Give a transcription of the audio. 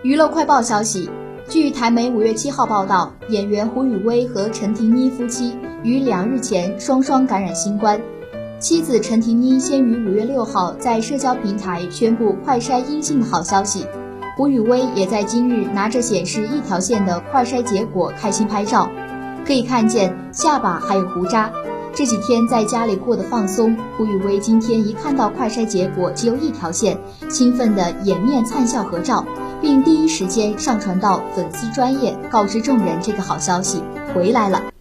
娱乐快报消息，据台媒5月7号报道，演员胡宇威和陈婷妮夫妻于2日前双双感染新冠。妻子陈婷妮先于5月6号在社交平台宣布快筛阴性的好消息，胡宇威也在今日拿着显示一条线的快筛结果开心拍照，可以看见下巴还有胡渣。这几天在家里过得放松，胡宇威今天一看到快筛结果只有一条线，兴奋地掩面灿笑合照，并第一时间上传到粉丝专页告知众人这个好消息回来了。